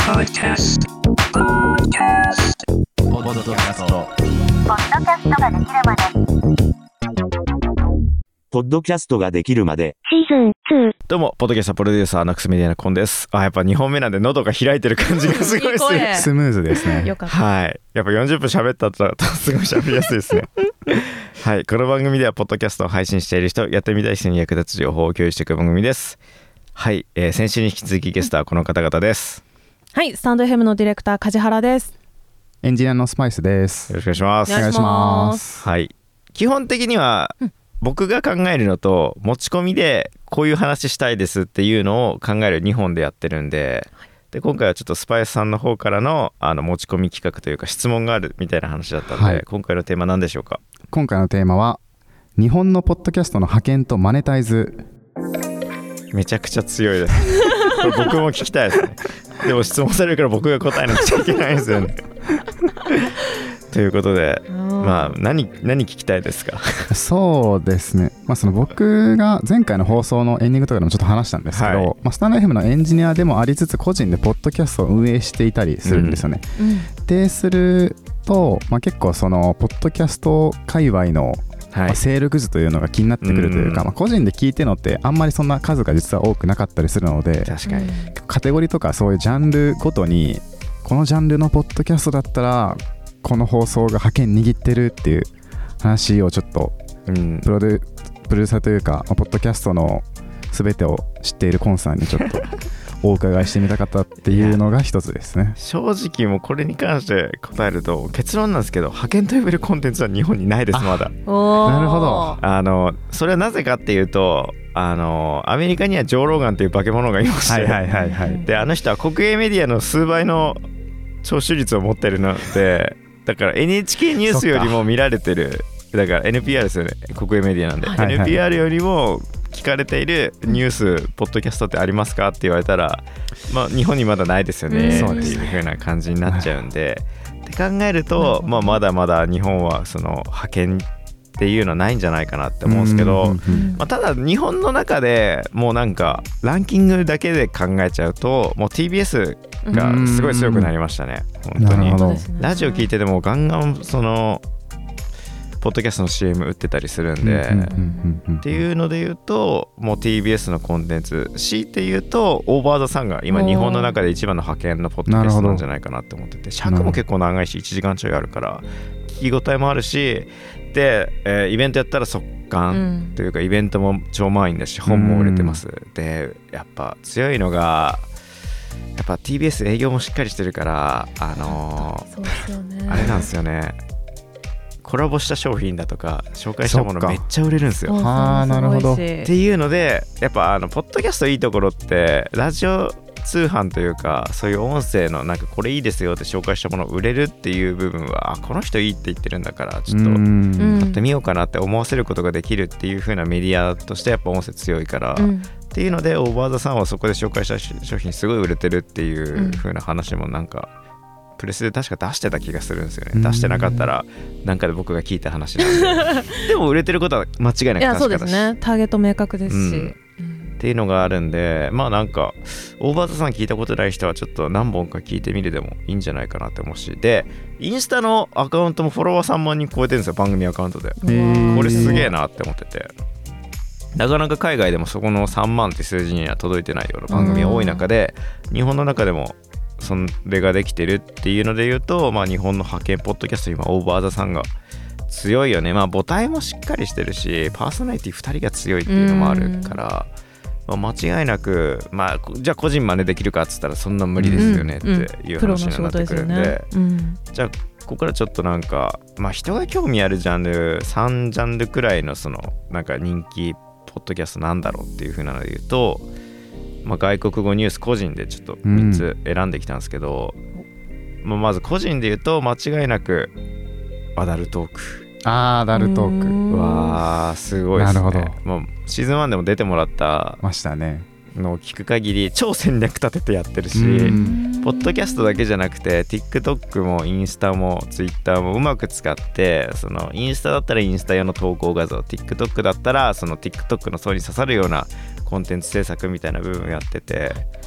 Podcast ポッドキャストができるまでポッドキャストができるまでシーズン2。 どうもポッドキャストプロデューサーナックスメディアのコンです。やっぱ2本目なんで喉が開いてる感じがすごいですね。 スムーズですね。 よかったはい、やっぱ40分喋った後だとすごい喋りやすいですねはい、この番組ではポッドキャストを配信している人、やってみたい人に役立つ情報を共有していく番組です。はい、先週に引き続きゲストはこの方々です。 はい、スタンド FM のディレクター梶原です。 エンジニアのスパイスです。 よろしくお願いします。 お願いします。 はい、基本的には僕が考えるのと持ち込みでこういう話したいですっていうのを考える2本でやってるんで、今回はちょっとスパイスさんの方からの持ち込み企画というか質問があるみたいな話だったんで、 はい、 今回のテーマ何でしょうか？ 今回のテーマは日本のポッドキャストの覇権とマネタイズ。 めちゃくちゃ強いですこれ僕も聞きたいですね。でも質問されるから僕が答えなくちゃいけないですよねということで、まあ何聞きたいですか？ そうですね、その僕が前回の放送のエンディングとかでもちょっと話したんですけど、 はい、 スタンド FM のエンジニアでもありつつ個人でポッドキャストを運営していたりするんですよね、ですると、結構そのポッドキャスト界隈の勢力図というのが気になってくるというか、個人で聞いてるのってあんまりそんな数が実は多くなかったりするので、 確かにカテゴリーとかそういうジャンルごとにこのジャンルのポッドキャストだったらこの放送が覇権握ってるっていう話をちょっとプロデューサーというかポッドキャストの全てを知っているコンさんにちょっとお伺いしてみたかったっていうのが一つですね。 正直もうこれに関して答えると結論なんですけど、覇権と呼べるコンテンツは日本にないです。まだ。なるほど。 それはなぜかっていうとアメリカにはジョー・ローガンという化け物がいまして、であの人は国営メディアの数倍の聴取率を持ってるので、だから NHK ニュースよりも見られてる、だから NPR ですよね、国営メディアなんで、NPR よりも聞かれているニュースポッドキャストってありますかって言われたら、日本にまだないですよねっていう風な感じになっちゃうんで、って考えると、まだまだ日本はその覇権っていうのはないんじゃないかなって思うんですけど、ただ日本の中でもうなんかランキングだけで考えちゃうともう TBS がすごい強くなりましたね。本当にラジオ聞いててもガンガンそのポッドキャストの CM 売ってたりするんで、っていうので言うともう TBS のコンテンツ、強いて言うとオーバーザさんが今日本の中で一番の覇権のポッドキャストなんじゃないかなって思ってて、尺も結構長いし1時間ちょいあるから聞き応えもあるし、で、イベントやったら速乾というかイベントも超満員だし本も売れてます。でやっぱ強いのがやっぱ TBS 営業もしっかりしてるからそうですよね、 あれなんですよね、コラボした商品だとか紹介したものめっちゃ売れるんですよ。 なるほど。 っていうのでやっぱポッドキャストいいところってラジオ通販というかそういう音声のなんかこれいいですよって紹介したものを売れるっていう部分はこの人いいって言ってるんだからちょっと買ってみようかなって思わせることができるっていう風なメディアとしてやっぱ音声強いから、っていうのでオーバーザさんはそこで紹介した商品すごい売れてるっていう風な話もなんかプレスで確か出してた気がするんですよね。出してなかったらなんかで僕が聞いた話なんででも売れてることは間違いなく確かだし、 そうですね、ターゲット明確ですし、 っていうのがあるんで、なんかオーバーザさん聞いたことない人はちょっと何本か聞いてみるでもいいんじゃないかなって思うし、でインスタのアカウントもフォロワー3万人超えてるんですよ、番組アカウントで。これすげえなって思ってて、なかなか海外でもそこの3万って数字には届いてないような番組が多い中で、日本の中でもそれができてるっていうので言うと、日本の覇権ポッドキャスト今オーバーザさんが強いよね。母体もしっかりしてるしパーソナリティ2人が強いっていうのもあるから、間違いなくじゃあ個人真似できるかっつったらそんな無理ですよねっていう話になってくるんで、じゃあここからちょっとなんか人が興味あるジャンル3ジャンルくらいのそのなんか人気ポッドキャストなんだろうっていう風なので言うと、外国語ニュース個人でちょっと3つ選んできたんですけど、まず個人で言うと間違いなくアダルトーク。 アダルトークわーすごいですね。 なるほど。 もうシーズン1でも出てもらったましたねのを聞く限り超戦略立ててやってるし、ポッドキャストだけじゃなくて TikTok もインスタも Twitter もうまく使って、そのインスタだったらインスタ用の投稿画像、 TikTok だったらその TikTok の層に刺さるようなコンテンツ制作みたいな部分をやってて、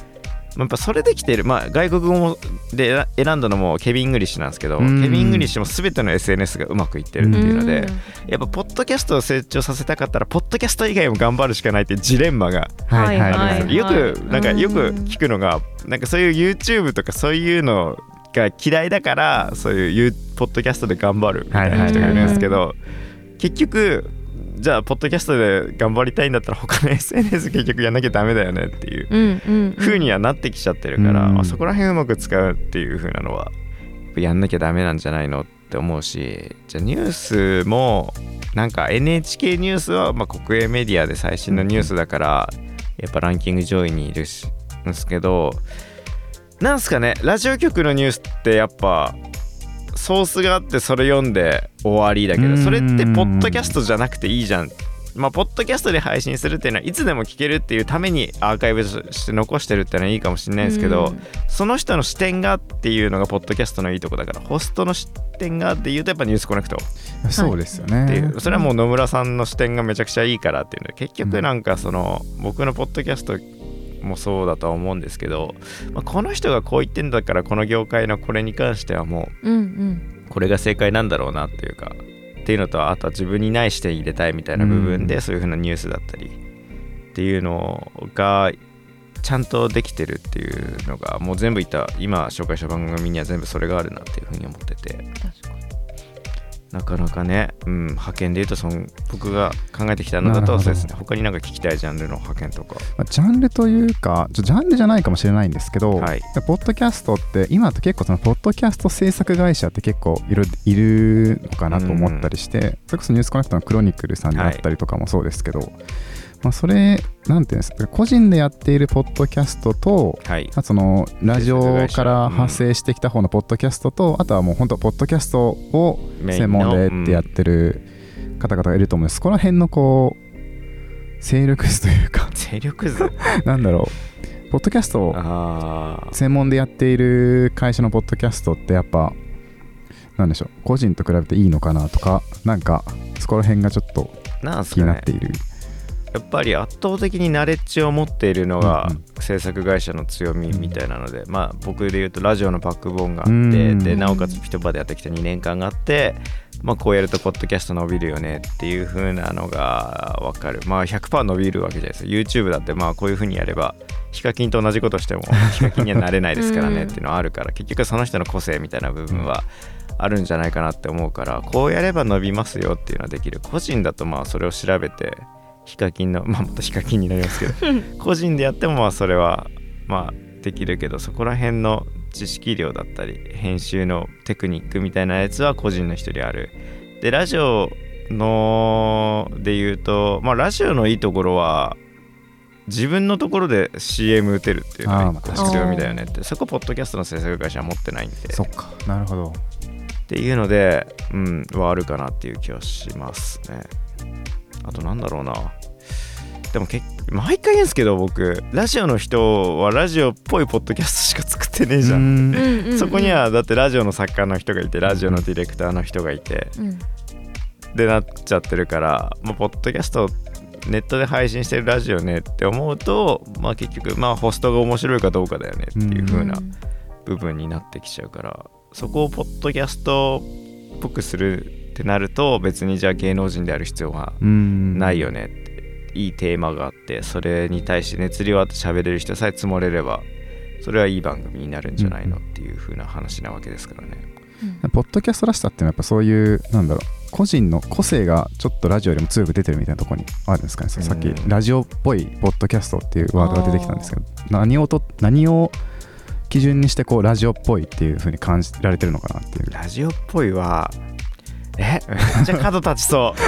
やっぱそれできてる、外国語もで選んだのもケビン・イングリッシュなんですけど、ケビン・イングリッシュも全ての SNS がうまくいってるっていうので、やっぱポッドキャストを成長させたかったらポッドキャスト以外も頑張るしかないっていうジレンマがあるんですよ。よく聞くのがなんかそういう YouTube とかそういうのが嫌いだからそういうポッドキャストで頑張るみたいな人がいるんですけど、結局じゃあポッドキャストで頑張りたいんだったら他の SNS 結局やんなきゃダメだよねっていう風にはなってきちゃってるから、そこら辺うまく使うっていう風なのはやんなきゃダメなんじゃないのって思うし、じゃあニュースもなんか NHK ニュースは国営メディアで最新のニュースだからやっぱランキング上位にいるしんですけど、なんすかね、ラジオ局のニュースってやっぱソースがあってそれ読んで終わりだけど、それってポッドキャストじゃなくていいじゃん。ポッドキャストで配信するっていうのはいつでも聞けるっていうためにアーカイブして残してるっていうのはいいかもしれないですけど、その人の視点がっていうのがポッドキャストのいいとこだから、ホストの視点がっていうとやっぱニュースコネクトそうですよねっていう、それはもう野村さんの視点がめちゃくちゃいいからっていうので、結局なんかその僕のポッドキャストもそうだとは思うんですけど、この人がこう言ってんだからこの業界のこれに関してはもうこれが正解なんだろうなっていうかっていうのと、あとは自分にない視点入れたいみたいな部分でそういう風なニュースだったりっていうのがちゃんとできてるっていうのがもう全部今紹介した番組には全部それがあるなっていう風に思ってて、なかなかね、派遣でいうと僕が考えてきたのだとそうですね。他になんか聞きたいジャンルの派遣とか、 ジャンルというかジャンルじゃないかもしれないんですけど、ポッドキャストって今って結構そのポッドキャスト制作会社って結構いるのかなと思ったりして、それこそニュースコネクトのクロニクルさんであったりとかもそうですけど、それなんていうんですか、個人でやっているポッドキャストと、そのラジオから派生してきた方のポッドキャストと、あとはもう本当ポッドキャストを専門でってやってる方々がいると思うんです。そこら辺のこう勢力図というか勢力図なんだろう、ポッドキャストを専門でやっている会社のポッドキャストってやっぱなんでしょう、個人と比べていいのかなとか、なんかそこら辺がちょっと気になっている。 やっぱり圧倒的にナレッジを持っているのが制作会社の強みみたいなので、僕で言うとラジオのバックボーンがあって、でなおかつピトパでやってきた2年間があって、こうやるとポッドキャスト伸びるよねっていう風なのが分かる。100% 伸びるわけじゃないですか。 YouTube だってこういう風にやればヒカキンと同じことしてもヒカキンにはなれないですからねっていうのはあるから結局その人の個性みたいな部分はあるんじゃないかなって思うから、こうやれば伸びますよっていうのはできる。個人だとそれを調べてヒカキンのまたヒカキンになりますけど個人でやってもそれはできるけど、そこら辺の知識量だったり編集のテクニックみたいなやつは個人の人にある。でラジオので言うと、ラジオのいいところは自分のところで CM 打てるっていうのが強みだよねって、そこポッドキャストの制作会社は持ってないんで。 そっか、なるほどっていうのではあるかなっていう気はしますね。あとなんだろうな、でも毎回言うんですけど、僕ラジオの人はラジオっぽいポッドキャストしか作ってねえじゃん。そこにはだってラジオの作家の人がいてラジオのディレクターの人がいて、でなっちゃってるから、ポッドキャストネットで配信してるラジオねって思うと、結局ホストが面白いかどうかだよねっていう風な部分になってきちゃうから、そこをポッドキャストっぽくするってなると別にじゃあ芸能人である必要はないよねって、いいテーマがあってそれに対して熱量あって喋れる人さえ積もれればそれはいい番組になるんじゃないのっていう風な話なわけですからね。 ポッドキャストらしさっていうのはやっぱそういう個人の個性がちょっとラジオよりも強く出てるみたいなところにあるんですかね。さっきラジオっぽいポッドキャストっていうワードが出てきたんですけど、何を基準にしてこうラジオっぽいっていう風に感じられてるのかなっていう。 ラジオっぽいはめっちゃ角立ち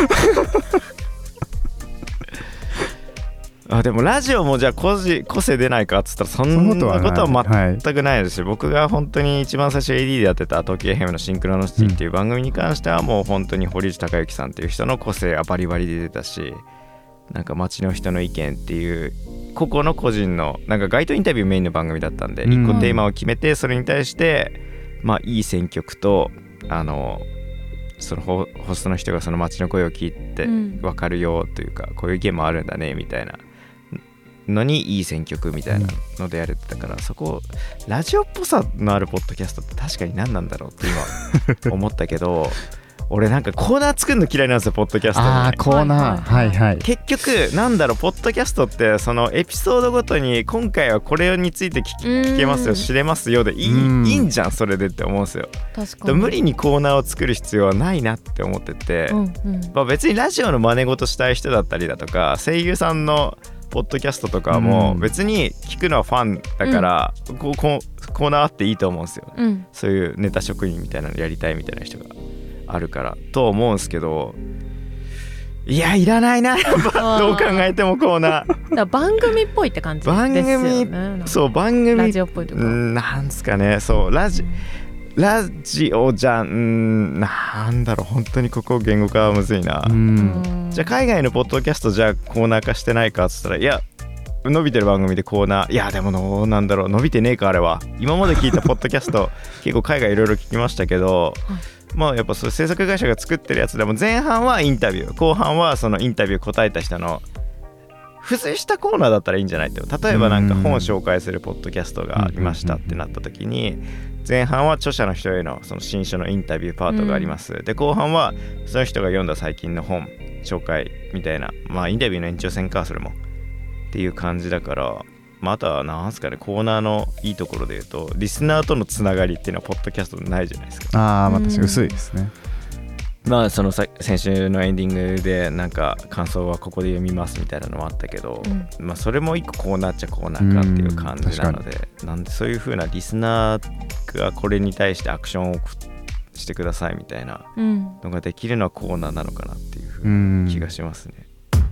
そうでもラジオもじゃあ個性出ないかっつったらそんなことは全くないですし、僕が本当に一番最初 AD でやってた東京 FM のシンクロノシティっていう番組に関してはもう本当に堀内孝之さんっていう人の個性がバリバリで出たし、なんか街の人の意見っていう個々の個人のなんか街頭インタビューメインの番組だったんで、一個テーマを決めてそれに対していい選曲とそのホストの人がその街の声を聞いて分かるよというか、こういう意見もあるんだねみたいなのにいい選曲みたいなのでやれてたから、そこラジオっぽさのあるポッドキャストって確かに何なんだろうって今思ったけど俺なんかコーナー作るの嫌いなんですよポッドキャストで。 コーナー、はいはい。 結局なんだろう、ポッドキャストってそのエピソードごとに今回はこれについて聞けますよ、知れますよでいいんじゃんそれでって思うんですよ。 確かに無理にコーナーを作る必要はないなって思ってて、まあ、別にラジオの真似事したい人だったりだとか声優さんのポッドキャストとかも別に聞くのはファンだから、コーナーあっていいと思うんですよ、そういうネタ職人みたいなのやりたいみたいな人があるからと思うんですけど、いやいらないなやっぱどう考えてもコーナーだから番組っぽいって感じですよね。 そう番組ラジオっぽいとかなんですかね。そうラジオじゃなんだろう、本当にここ言語化はむずいな。じゃあ海外のポッドキャストじゃあコーナー化してないかっつったら、いや伸びてる番組でコーナー、いやでもどうなんだろう、伸びてねえかあれは。今まで聞いたポッドキャスト結構海外いろいろ聞きましたけど、まあやっぱそう制作会社が作ってるやつでも前半はインタビュー、後半はそのインタビュー答えた人の付随したコーナーだったらいいんじゃないって。例えばなんか本を紹介するポッドキャストがありましたってなった時に、前半は著者の人へのその新書のインタビューパートがあります、で後半はその人が読んだ最近の本紹介みたいな、まあインタビューの延長線かそれもっていう感じだから、またなんすかね、コーナーのいいところで言うとリスナーとのつながりっていうのはポッドキャストないじゃないですか。 まあ確かに薄いですね。 まあその先週のエンディングでなんか感想はここで読みますみたいなのもあったけど、まあそれも一個コーナーっちゃコーナーかっていう感じなので、なんでそういう風なリスナーがこれに対してアクションをしてくださいみたいなのができるのはコーナーなのかなっていう風な気がしますね。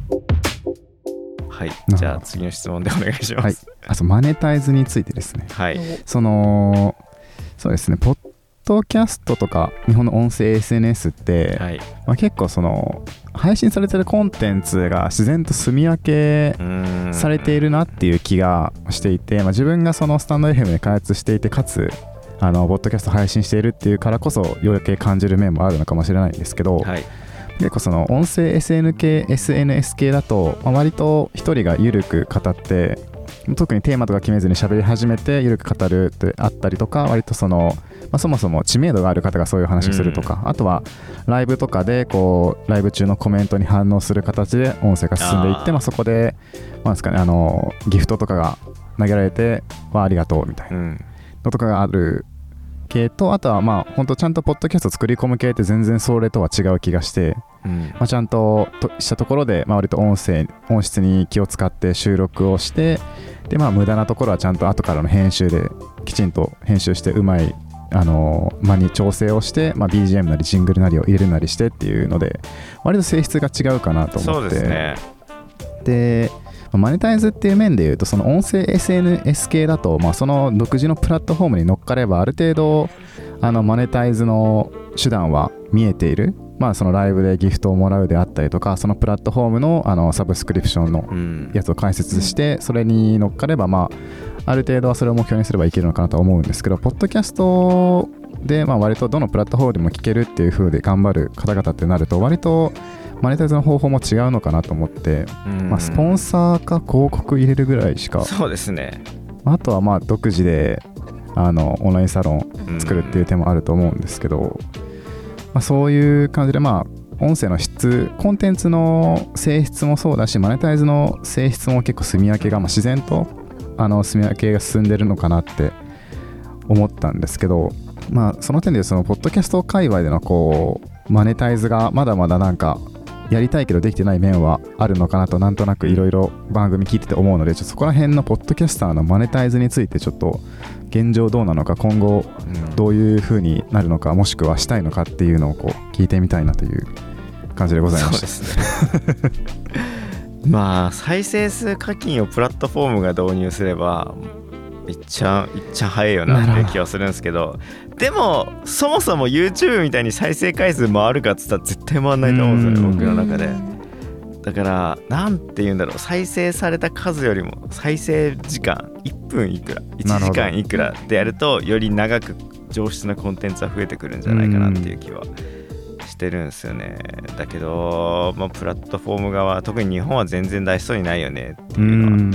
はい、じゃあ次の質問でお願いします。 マネタイズについてですね。 はい。 そうですね、ポッドキャストとか日本の音声 SNS って、まあ、結構その配信されてるコンテンツが自然と住み分けされているなっていう気がしていて、まあ、自分がそのスタンド FM で開発していて、かつポッドキャスト配信しているっていうからこそ余計感じる面もあるのかもしれないんですけど、結構その音声 SNS 系だと、まあ、割と一人が緩く語って、特にテーマとか決めずに喋り始めて緩く語るってあったりとか、割とその、まあ、そもそも知名度がある方がそういう話をするとか、あとはライブとかでこうライブ中のコメントに反応する形で音声が進んでいって、まあ、そこでなんですかね、ギフトとかが投げられてありがとうみたいなのとかがある系と、あとはまあ本当ちゃんとポッドキャスト作り込む系って全然それとは違う気がして、まあ、ちゃんとしたところで、まあ、割と音質に気を使って収録をして、でまあ無駄なところはちゃんと後からの編集できちんと編集してうまい間に調整をして、まあ、BGM なりジングルなりを入れるなりしてっていうので割と性質が違うかなと思って。そうですね。でマネタイズっていう面でいうと、その音声 SNS 系だと、まあ、その独自のプラットフォームに乗っかればある程度マネタイズの手段は見えている。まあ、そのライブでギフトをもらうであったりとか、そのプラットフォームのサブスクリプションのやつを解説して、それに乗っかれば、まあ、ある程度はそれを目標にすればいけるのかなとは思うんですけど、ポッドキャストで、まあ、割とどのプラットフォームでも聞けるっていう風で頑張る方々ってなると、割とマネタイズの方法も違うのかなと思って、まあ、スポンサーか広告入れるぐらいしか。そうですね。あとはまあ独自でオンラインサロン作るっていう手もあると思うんですけど、まあ、そういう感じで、まあ音声の質、コンテンツの性質もそうだし、マネタイズの性質も結構住み分けが、まあ、自然と住み分けが進んでるのかなって思ったんですけど、まあその点でそのポッドキャスト界隈でのこうマネタイズがまだまだなんかやりたいけどできてない面はあるのかなと、なんとなくいろいろ番組聞いてて思うので、ちょっとそこら辺のポッドキャスターのマネタイズについてちょっと現状どうなのか、今後どういう風になるのか、もしくはしたいのかっていうのをこう聞いてみたいなという感じでございました。そうですねまあ再生数課金をプラットフォームが導入すればいっちゃ早いよなっていう気はするんですけど、でもそもそも YouTube みたいに再生回数回るかっつったら絶対回んないと思うんですよね、僕の中で。だからなんて言うんだろう、再生された数よりも再生時間1分いくら1時間いくらでやるとより長く上質なコンテンツは増えてくるんじゃないかなっていう気はしてるんですよね。だけど、まあ、プラットフォーム側、特に日本は全然出しそうにないよねっていうのは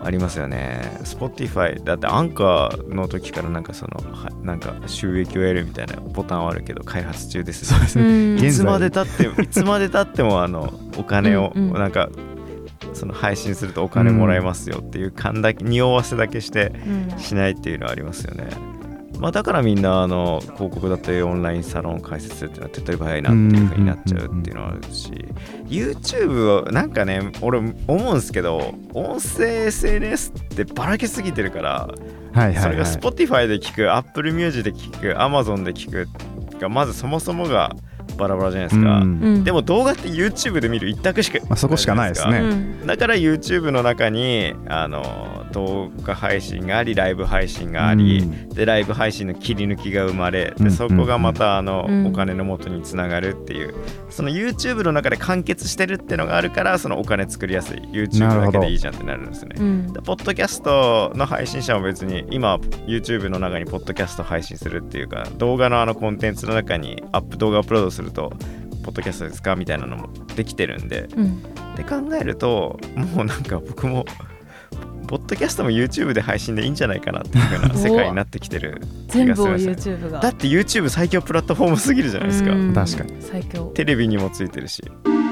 ありますよね。 Spotify だってアンカーの時からなんかそのなんか収益を得るみたいなボタンはあるけど開発中です、 そうですね。 いつまで経ってもお金をなんかその配信するとお金もらえますよっていう勘だけ匂わせだけしてしないっていうのはありますよね。まあ、だからみんな広告だったりオンラインサロン開設するっていうのは手っ取り早いなっていう風になっちゃうっていうのはあるし、YouTube をなんかね俺思うんですけど音声 SNS ってばらけすぎてるから、それが Spotify で聞く Apple Music で聞く Amazon で聞くがまずそもそ動バラバラじゃないですか、でも動画って YouTube で見る一択しかないじゃないですか、 そこしかないですね、 だから YouTube の中に動画配信がありライブ配信があり、でライブ配信の切り抜きが生まれでそこがまたお金の元につながるっていう、その YouTube の中で完結してるってのがあるからそのお金作りやすい YouTube だけでいいじゃんってなるんですね。でポッドキャストの配信者も別に今 YouTube の中にポッドキャスト配信するっていうか動画のコンテンツの中に動画アップロードするとポッドキャストですかみたいなのもできてるんで、って考えるともうなんか僕もポッドキャストも YouTube で配信でいいんじゃないかなっていう風な世界になってきてる気がするんですよ。 全部を YouTube がだって YouTube 最強プラットフォームすぎるじゃないですか。 確かに最強。 テレビにもついてるし、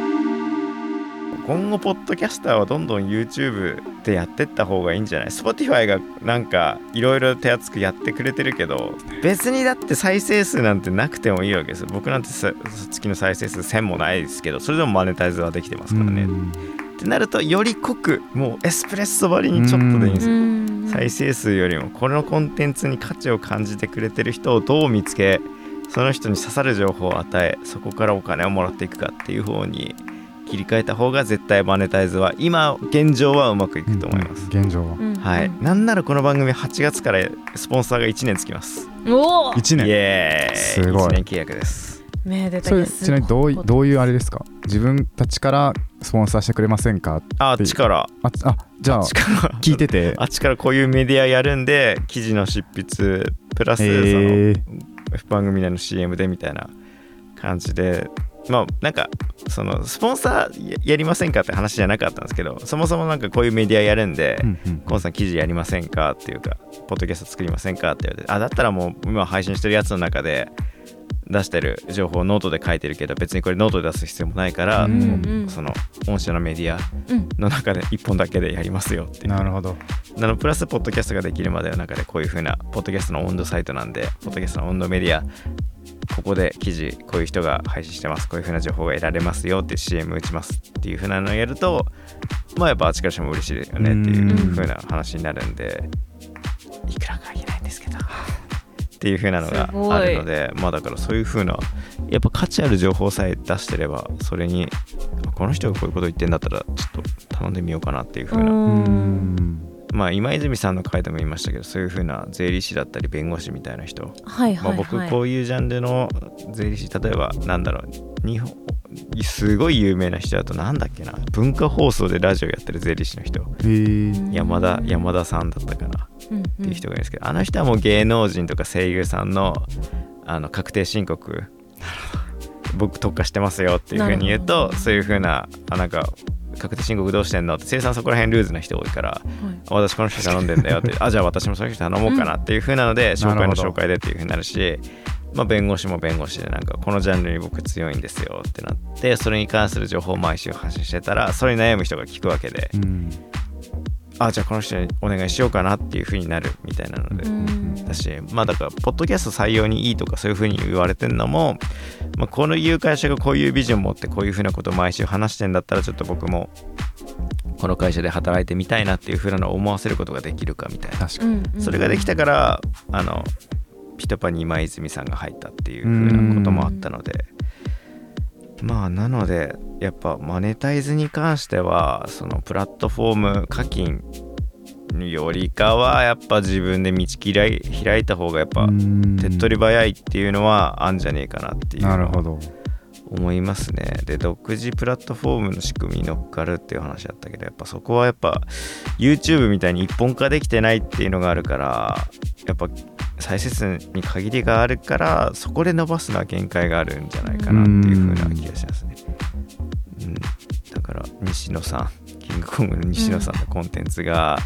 今後ポッドキャスターはどんどん YouTube でやってった方がいいんじゃない？ Spotify がなんかいろいろ手厚くやってくれてるけど別にだって再生数なんてなくてもいいわけですよ。僕なんて月の再生数1000もないですけどそれでもマネタイズはできてますからね。ってなるとより濃くもうエスプレッソ割りにちょっとでいいんですよ。再生数よりもこのコンテンツに価値を感じてくれてる人をどう見つけその人に刺さる情報を与えそこからお金をもらっていくかっていう方に切り替えた方が絶対マネタイズは今現状はうまくいくと思います、 現状は、 はい、なんならこの番組8月からスポンサーが1年つきます。 お 1年イエーイすごい 1年契約です。 それちなみにどういうあれですか？自分たちからスポンサーしてくれませんか？ あっちからじゃあ聞いててあっちからこういうメディアやるんで記事の執筆プラスその番組内の CM でみたいな感じでまあなんかそのスポンサーやりませんかって話じゃなかったんですけどそもそもなんかこういうメディアやるんでコンさん記事やりませんかっていうかポッドキャスト作りませんかって言われてだったらもう今配信してるやつの中で出してる情報をノートで書いてるけど別にこれノートで出す必要もないから、その御社のメディアの中で1本だけでやりますよっていう。 なるほど。 プラスポッドキャストができるまでの中でこういう風なポッドキャストの温度サイトなんでポッドキャストの温度メディアここで記事こういう人が配信してますこういう風な情報が得られますよって CM 打ちますっていう風なのをやるとまあやっぱあっちからしても嬉しいですよねっていう風な話になるんでいくらか言えないんですけどっていう風なのがあるのでまあだからそういう風なやっぱ価値ある情報さえ出してればそれにこの人がこういうこと言ってんだったらちょっと頼んでみようかなっていう風なまあ今泉さんの回でも言いましたけどそういう風な税理士だったり弁護士みたいな人、僕こういうジャンルの税理士例えばなんだろう日本すごい有名な人だとなんだっけな文化放送でラジオやってる税理士の人山田さんだったかなっていう人がいるんですけどあの人はもう芸能人とか声優さんの確定申告僕特化してますよっていう風に言うとそういう風ななんか確定申告どうしてんのって生産そこら辺ルーズな人多いから、私この人頼んでんだよってじゃあ私もその人頼もうかなっていう風なので、紹介の紹介でっていう風になるしまあ弁護士も弁護士でなんかこのジャンルに僕強いんですよってなってそれに関する情報を毎週発信してたらそれに悩む人が聞くわけで、じゃあこの人にお願いしようかなっていう風になるみたいなので、だしまあだからポッドキャスト採用にいいとかそういう風に言われてんのも、まあ、このいう会社がこういうビジョン持ってこういう風なことを毎週話してんだったらちょっと僕もこの会社で働いてみたいなっていう風なのを思わせることができるかみたいな、それができたからピトパに今泉さんが入ったっていう風なこともあったので、まあなのでやっぱマネタイズに関してはそのプラットフォーム課金よりかはやっぱ自分で道開いた方がやっぱ手っ取り早いっていうのはあんじゃねえかなっていうのは思いますね。で独自プラットフォームの仕組みに乗っかるっていう話だったけどやっぱそこはやっぱ YouTube みたいに一本化できてないっていうのがあるからやっぱ再生数に限りがあるからそこで伸ばすのは限界があるんじゃないかなっていう風な気がしますね。だから西野さんキングコングの西野さんのコンテンツが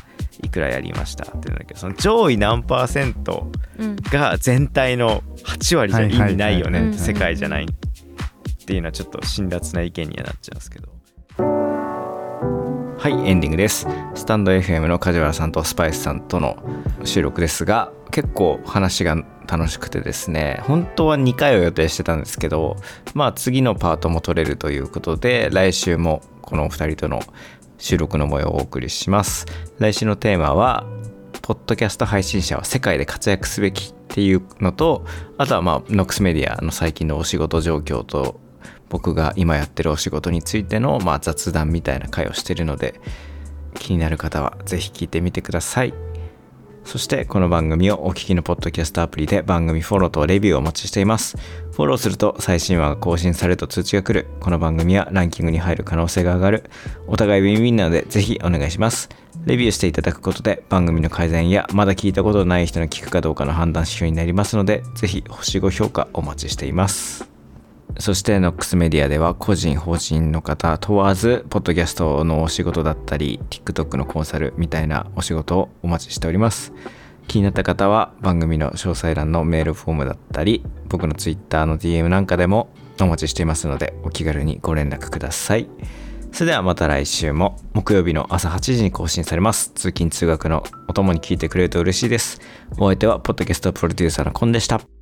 いくらやりましたっていうんだけど、その上位何%が全体の8割じゃ意味ないよね、世界じゃないっていうのはちょっと辛辣な意見にはなっちゃうんですけど。はい、エンディングです。スタンド FM の梶原さんとスパイスさんとの収録ですが、結構話が楽しくてですね、本当は2回を予定してたんですけど、まあ次のパートも取れるということで、来週もこの2人との収録の模様をお送りします。来週のテーマはポッドキャスト配信者は世界で活躍すべきっていうのと、あとはまあノックスメディアの最近のお仕事状況と僕が今やってるお仕事についてのまあ雑談みたいな回をしているので、気になる方はぜひ聞いてみてください。そしてこの番組をお聞きのポッドキャストアプリで番組フォローとレビューをお待ちしています。フォローすると最新話が更新されると通知が来る。この番組はランキングに入る可能性が上がる。お互いウィンウィンなのでぜひお願いします。レビューしていただくことで番組の改善やまだ聞いたことのない人の聞くかどうかの判断指標になりますので、ぜひ星5評価お待ちしています。そしてノックスメディアでは個人法人の方問わずポッドキャストのお仕事だったり TikTok のコンサルみたいなお仕事をお待ちしております。気になった方は番組の詳細欄のメールフォームだったり僕の Twitter の DM なんかでもお待ちしていますので、お気軽にご連絡ください。それではまた来週も木曜日の朝8時に更新されます。通勤通学のお供に聞いてくれると嬉しいです。お相手はポッドキャストプロデューサーのコンでした。